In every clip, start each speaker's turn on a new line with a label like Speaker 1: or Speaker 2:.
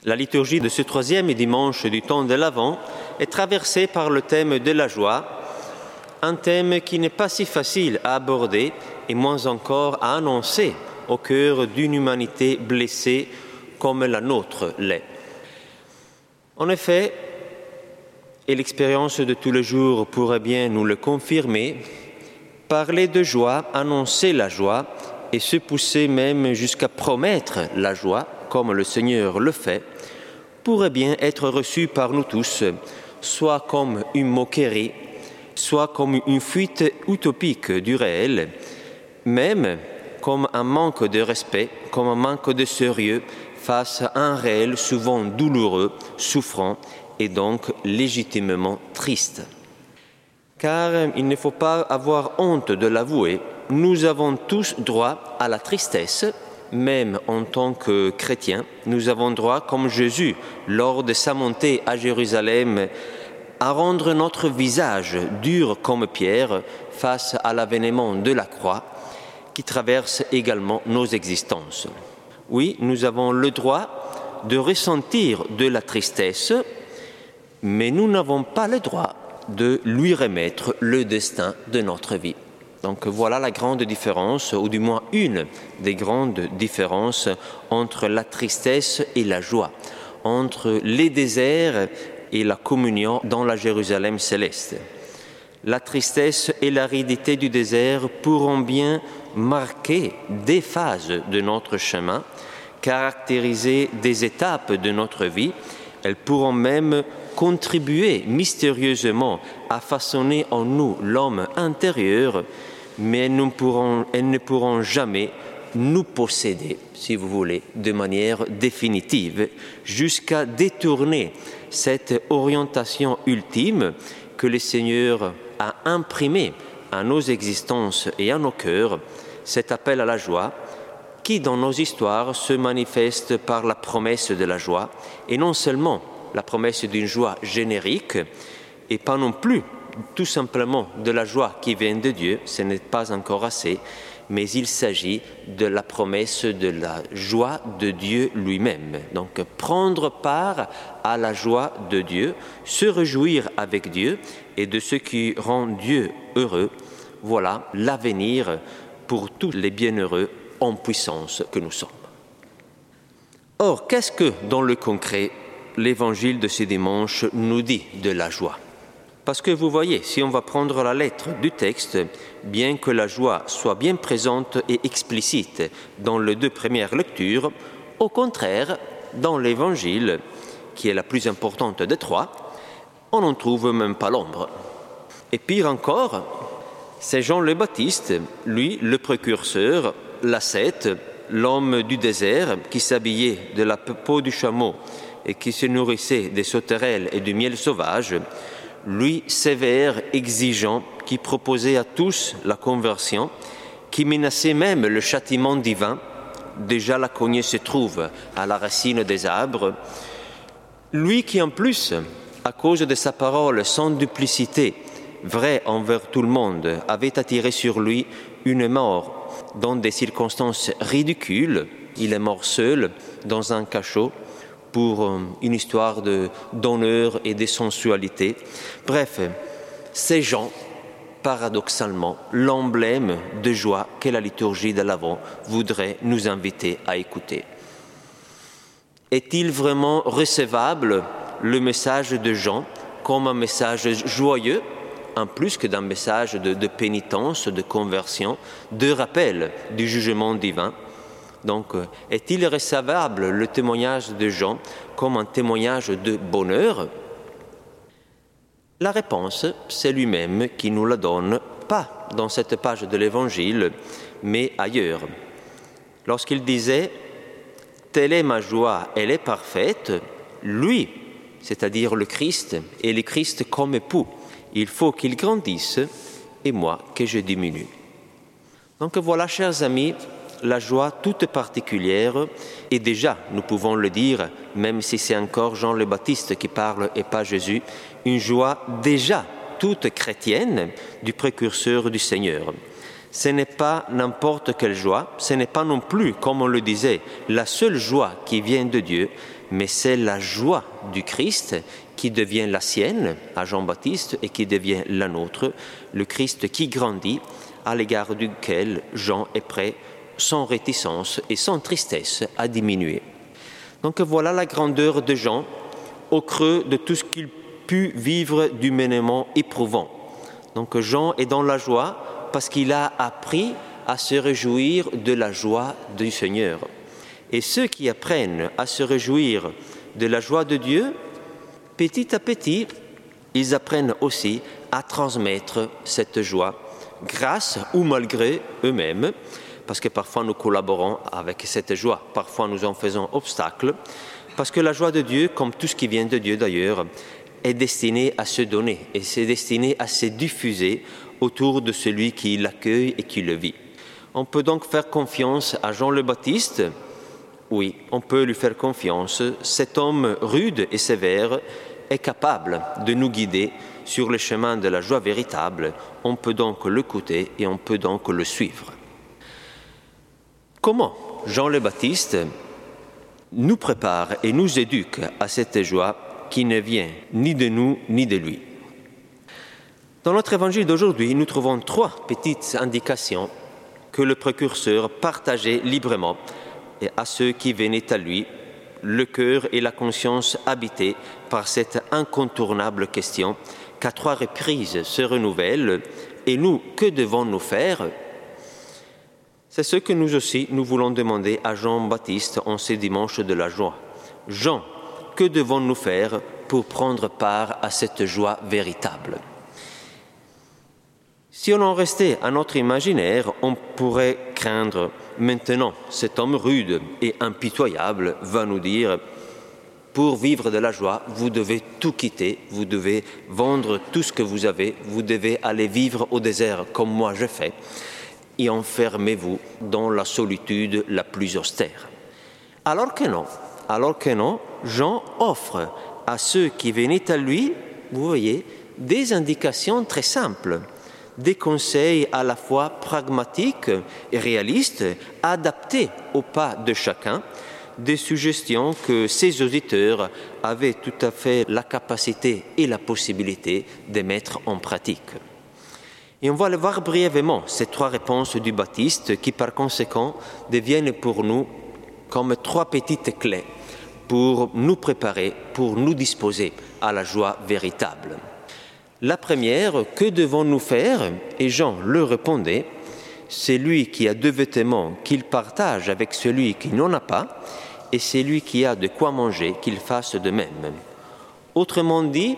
Speaker 1: La liturgie de ce troisième dimanche du temps de l'Avent est traversée par le thème de la joie, un thème qui n'est pas si facile à aborder et moins encore à annoncer au cœur d'une humanité blessée comme la nôtre l'est. En effet, et l'expérience de tous les jours pourrait bien nous le confirmer, parler de joie, annoncer la joie et se pousser même jusqu'à promettre la joie, comme le Seigneur le fait, pourrait bien être reçu par nous tous, soit comme une moquerie, soit comme une fuite utopique du réel, même comme un manque de respect, comme un manque de sérieux face à un réel souvent douloureux, souffrant et donc légitimement triste. Car il ne faut pas avoir honte de l'avouer, nous avons tous droit à la tristesse, même en tant que chrétiens. Nous avons droit, comme Jésus, lors de sa montée à Jérusalem, à rendre notre visage dur comme pierre face à l'avènement de la croix qui traverse également nos existences. Oui, nous avons le droit de ressentir de la tristesse, mais nous n'avons pas le droit de lui remettre le destin de notre vie. Donc voilà la grande différence, ou du moins une des grandes différences entre la tristesse et la joie, entre les déserts et la communion dans la Jérusalem céleste. La tristesse et l'aridité du désert pourront bien marquer des phases de notre chemin, caractériser des étapes de notre vie. Elles pourront même contribuer mystérieusement à façonner en nous l'homme intérieur, mais elles ne pourront jamais nous posséder, si vous voulez, de manière définitive, jusqu'à détourner cette orientation ultime que le Seigneur a imprimée à nos existences et à nos cœurs, cet appel à la joie, qui dans nos histoires se manifeste par la promesse de la joie, et non seulement la promesse d'une joie générique, et pas non plus tout simplement de la joie qui vient de Dieu, ce n'est pas encore assez, mais il s'agit de la promesse de la joie de Dieu lui-même. Donc prendre part à la joie de Dieu, se réjouir avec Dieu et de ce qui rend Dieu heureux, voilà l'avenir pour tous les bienheureux en puissance que nous sommes. Or, qu'est-ce que, dans le concret, l'évangile de ce dimanche nous dit de la joie ? Parce que vous voyez, si on va prendre la lettre du texte, bien que la joie soit bien présente et explicite dans les deux premières lectures, au contraire, dans l'évangile, qui est la plus importante des trois, on n'en trouve même pas l'ombre. Et pire encore, c'est Jean le Baptiste, lui, le précurseur, l'ascète, l'homme du désert, qui s'habillait de la peau du chameau et qui se nourrissait des sauterelles et du miel sauvage, lui sévère, exigeant, qui proposait à tous la conversion, qui menaçait même le châtiment divin. Déjà la cognée se trouve à la racine des arbres. Lui qui en plus, à cause de sa parole sans duplicité, vraie envers tout le monde, avait attiré sur lui une mort dans des circonstances ridicules. Il est mort seul dans un cachot pour une histoire d'honneur et de sensualité. Bref, ces gens, paradoxalement, l'emblème de joie que la liturgie de l'Avent voudrait nous inviter à écouter. Est-il vraiment recevable le message de Jean comme un message joyeux, en plus que d'un message de pénitence, de conversion, de rappel du jugement divin ? Donc, est-il recevable le témoignage de Jean comme un témoignage de bonheur ? La réponse, c'est lui-même qui nous la donne, pas dans cette page de l'Évangile, mais ailleurs. Lorsqu'il disait « Telle est ma joie, elle est parfaite », lui, c'est-à-dire le Christ, et le Christ comme époux, il faut qu'il grandisse et moi que je diminue. Donc voilà, chers amis, la joie toute particulière, et déjà, nous pouvons le dire, même si c'est encore Jean le Baptiste qui parle et pas Jésus, une joie déjà toute chrétienne du précurseur du Seigneur. Ce n'est pas n'importe quelle joie, ce n'est pas non plus, comme on le disait, la seule joie qui vient de Dieu, mais c'est la joie du Christ qui devient la sienne à Jean-Baptiste et qui devient la nôtre, le Christ qui grandit, à l'égard duquel Jean est prêt, sans réticence et sans tristesse, à diminuer. Donc voilà la grandeur de Jean, au creux de tout ce qu'il put vivre d'humainement éprouvant. Donc Jean est dans la joie parce qu'il a appris à se réjouir de la joie du Seigneur. Et ceux qui apprennent à se réjouir de la joie de Dieu, petit à petit, ils apprennent aussi à transmettre cette joie, grâce ou malgré eux-mêmes, parce que parfois nous collaborons avec cette joie, parfois nous en faisons obstacle, parce que la joie de Dieu, comme tout ce qui vient de Dieu d'ailleurs, est destinée à se donner et c'est destiné à se diffuser autour de celui qui l'accueille et qui le vit. On peut donc faire confiance à Jean le Baptiste. Oui, on peut lui faire confiance. Cet homme rude et sévère est capable de nous guider sur le chemin de la joie véritable. On peut donc l'écouter et on peut donc le suivre. Comment Jean le Baptiste nous prépare et nous éduque à cette joie qui ne vient ni de nous ni de lui? Dans notre évangile d'aujourd'hui, nous trouvons 3 petites indications que le précurseur partageait librement et à ceux qui venaient à lui, le cœur et la conscience habités par cette incontournable question qu'à 3 reprises se renouvelle. Et nous, que devons-nous faire? C'est ce que nous aussi, nous voulons demander à Jean-Baptiste en ces dimanches de la joie. Jean, que devons-nous faire pour prendre part à cette joie véritable? Si on en restait à notre imaginaire, on pourrait craindre maintenant cet homme rude et impitoyable va nous dire « Pour vivre de la joie, vous devez tout quitter, vous devez vendre tout ce que vous avez, vous devez aller vivre au désert comme moi je fais et enfermez-vous dans la solitude la plus austère. » Alors que non, Jean offre à ceux qui venaient à lui, vous voyez, des indications très simples, des conseils à la fois pragmatiques et réalistes, adaptés au pas de chacun, des suggestions que ses auditeurs avaient tout à fait la capacité et la possibilité de mettre en pratique. Et on va le voir brièvement, ces 3 réponses du Baptiste qui par conséquent deviennent pour nous comme 3 petites clés pour nous préparer, pour nous disposer à la joie véritable. La première, que devons-nous faire? Et Jean le répondait, c'est lui qui a 2 vêtements qu'il partage avec celui qui n'en a pas, et c'est lui qui a de quoi manger qu'il fasse de même. Autrement dit,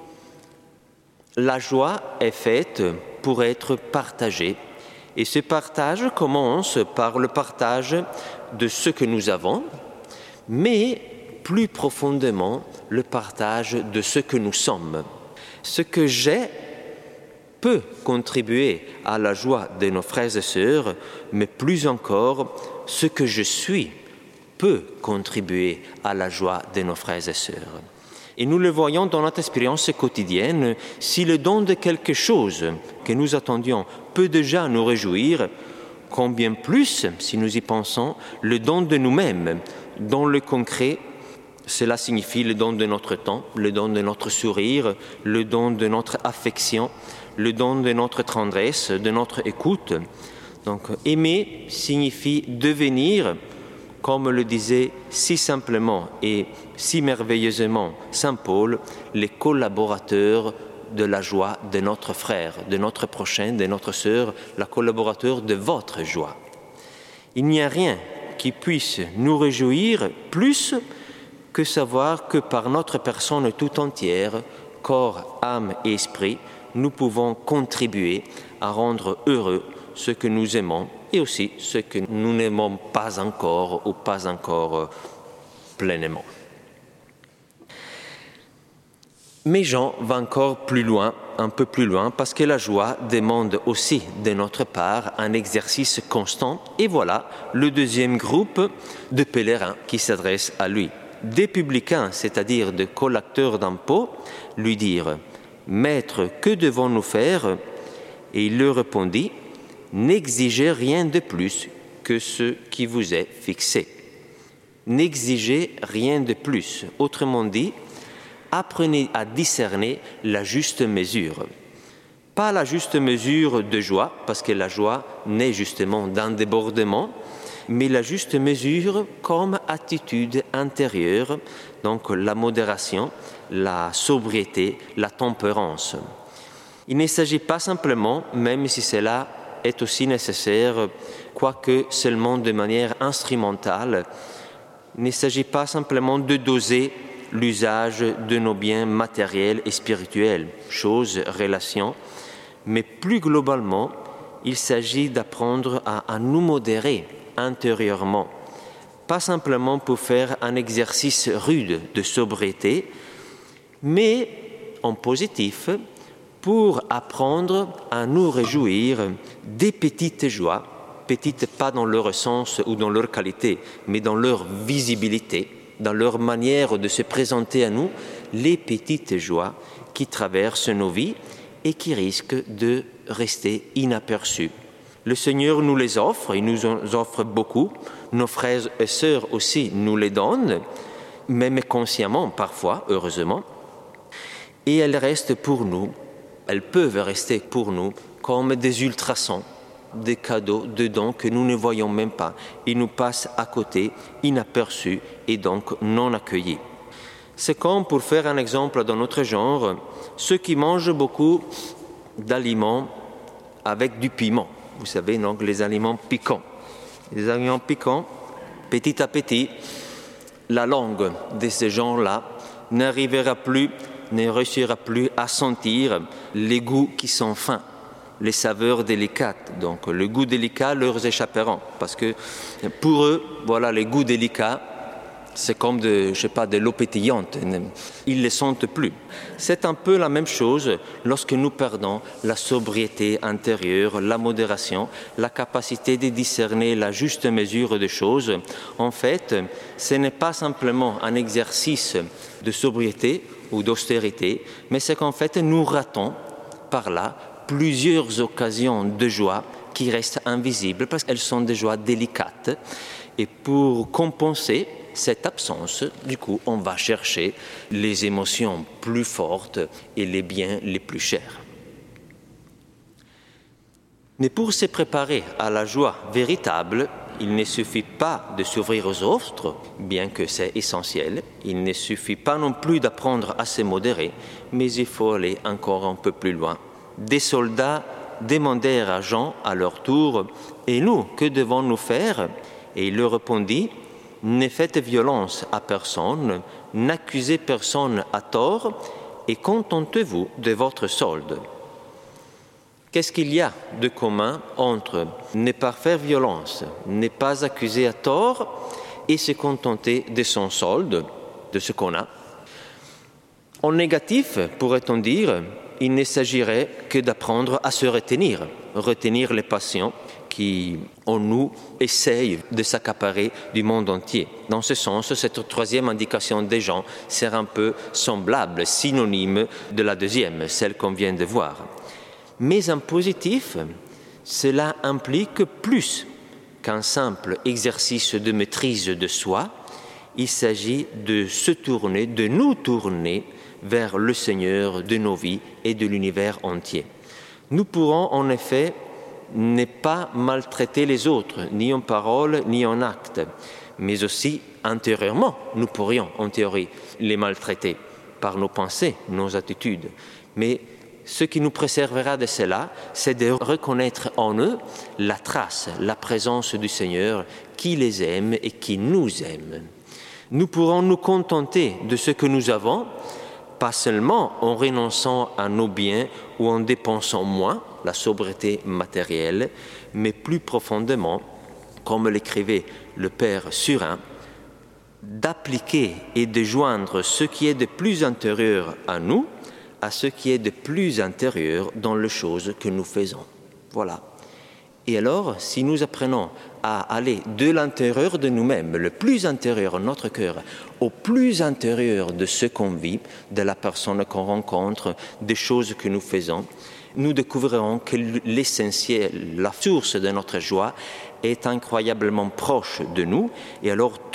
Speaker 1: la joie est faite pour être partagée, et ce partage commence par le partage de ce que nous avons, mais plus profondément le partage de ce que nous sommes. Ce que j'ai peut contribuer à la joie de nos frères et sœurs, mais plus encore, ce que je suis peut contribuer à la joie de nos frères et sœurs. Et nous le voyons dans notre expérience quotidienne, si le don de quelque chose que nous attendions peut déjà nous réjouir, combien plus, si nous y pensons, le don de nous-mêmes, dans le concret. Cela signifie le don de notre temps, le don de notre sourire, le don de notre affection, le don de notre tendresse, de notre écoute. Donc, aimer signifie devenir, comme le disait si simplement et si merveilleusement saint Paul, les collaborateurs de la joie de notre frère, de notre prochain, de notre sœur, la collaborateur de votre joie. Il n'y a rien qui puisse nous réjouir plus que savoir que par notre personne tout entière, corps, âme et esprit, nous pouvons contribuer à rendre heureux ceux que nous aimons et aussi ceux que nous n'aimons pas encore ou pas encore pleinement. Mais Jean va encore plus loin, un peu plus loin, parce que la joie demande aussi de notre part un exercice constant. Et voilà le deuxième groupe de pèlerins qui s'adresse à lui. Des publicains, c'est-à-dire des collecteurs d'impôts, lui dirent « Maître, que devons-nous faire ?» Et il leur répondit « N'exigez rien de plus que ce qui vous est fixé. » N'exigez rien de plus. Autrement dit, apprenez à discerner la juste mesure. Pas la juste mesure de joie, parce que la joie naît justement d'un débordement, mais la juste mesure comme attitude intérieure, donc la modération, la sobriété, la tempérance. Il ne s'agit pas simplement, même si cela est aussi nécessaire, quoique seulement de manière instrumentale, il ne s'agit pas simplement de doser l'usage de nos biens matériels et spirituels, choses, relations, mais plus globalement, il s'agit d'apprendre à nous modérer intérieurement, pas simplement pour faire un exercice rude de sobriété, mais en positif, pour apprendre à nous réjouir des petites joies, petites pas dans leur sens ou dans leur qualité, mais dans leur visibilité, dans leur manière de se présenter à nous, les petites joies qui traversent nos vies et qui risquent de rester inaperçues. Le Seigneur nous les offre, il nous en offre beaucoup, nos frères et sœurs aussi nous les donnent, même consciemment parfois, heureusement, et elles restent pour nous, elles peuvent rester pour nous comme des ultrasons, des cadeaux, des dons que nous ne voyons même pas. Ils nous passent à côté, inaperçus et donc non accueillis. C'est comme, pour faire un exemple dans notre genre, ceux qui mangent beaucoup d'aliments avec du piment. Vous savez, donc les aliments piquants. Les aliments piquants, petit à petit, la langue de ces gens-là ne réussira plus à sentir les goûts qui sont fins, les saveurs délicates. Donc le goût délicat leur échappera, parce que pour eux, voilà, les goûts délicats, c'est comme de l'eau pétillante. Ils ne les sentent plus. C'est un peu la même chose lorsque nous perdons la sobriété intérieure, la modération, la capacité de discerner la juste mesure des choses. En fait, ce n'est pas simplement un exercice de sobriété ou d'austérité, mais c'est qu'en fait, nous ratons par là plusieurs occasions de joie qui restent invisibles parce qu'elles sont des joies délicates. Et pour compenser cette absence, du coup, on va chercher les émotions plus fortes et les biens les plus chers. Mais pour se préparer à la joie véritable, il ne suffit pas de s'ouvrir aux autres, bien que c'est essentiel. Il ne suffit pas non plus d'apprendre à se modérer, mais il faut aller encore un peu plus loin. Des soldats demandèrent à Jean à leur tour « Et nous, que devons-nous faire ?» Et il leur répondit « Ne faites violence à personne, n'accusez personne à tort, et contentez-vous de votre solde. » Qu'est-ce qu'il y a de commun entre ne pas faire violence, ne pas accuser à tort et se contenter de son solde, de ce qu'on a? En négatif, pourrait-on dire, il ne s'agirait que d'apprendre à se retenir les passions qui, en nous, essayent de s'accaparer du monde entier. Dans ce sens, cette troisième indication des gens sert un peu semblable, synonyme de la deuxième, celle qu'on vient de voir. Mais en positif, cela implique plus qu'un simple exercice de maîtrise de soi. Il s'agit de se tourner, de nous tourner vers le Seigneur de nos vies et de l'univers entier. Nous pourrons en effet ne pas maltraiter les autres, ni en parole, ni en acte, mais aussi intérieurement, nous pourrions en théorie les maltraiter par nos pensées, nos attitudes. Mais ce qui nous préservera de cela, c'est de reconnaître en eux la trace, la présence du Seigneur qui les aime et qui nous aime. Nous pourrons nous contenter de ce que nous avons, pas seulement en renonçant à nos biens ou en dépensant moins, la sobriété matérielle, mais plus profondément, comme l'écrivait le Père Surin, d'appliquer et de joindre ce qui est de plus intérieur à nous à ce qui est de plus intérieur dans les choses que nous faisons. Voilà. Et alors, si nous apprenons à aller de l'intérieur de nous-mêmes, le plus intérieur de notre cœur, au plus intérieur de ce qu'on vit, de la personne qu'on rencontre, des choses que nous faisons, nous découvrirons que l'essentiel, la source de notre joie est incroyablement proche de nous. Et alors tout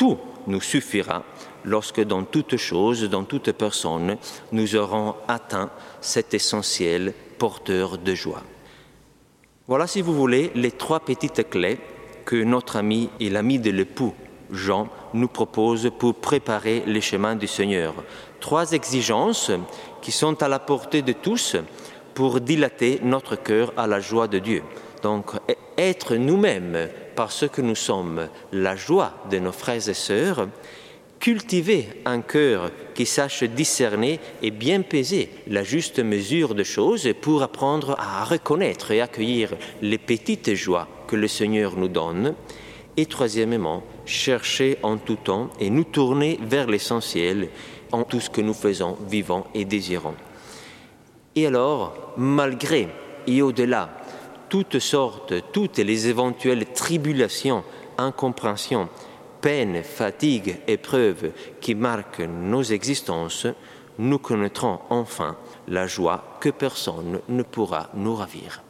Speaker 1: nous suffira lorsque dans toute chose, dans toute personne, nous aurons atteint cet essentiel porteur de joie. Voilà, si vous voulez, les 3 petites clés que notre ami et l'ami de l'époux, Jean, nous propose pour préparer les chemins du Seigneur. 3 exigences qui sont à la portée de tous pour dilater notre cœur à la joie de Dieu. Donc, être nous-mêmes, parce que nous sommes la joie de nos frères et sœurs, cultiver un cœur qui sache discerner et bien peser la juste mesure de choses pour apprendre à reconnaître et accueillir les petites joies que le Seigneur nous donne. Et troisièmement, chercher en tout temps et nous tourner vers l'essentiel en tout ce que nous faisons, vivons et désirons. Et alors, malgré et au-delà toutes les éventuelles tribulations, incompréhensions, peines, fatigues, épreuves qui marquent nos existences, nous connaîtrons enfin la joie que personne ne pourra nous ravir.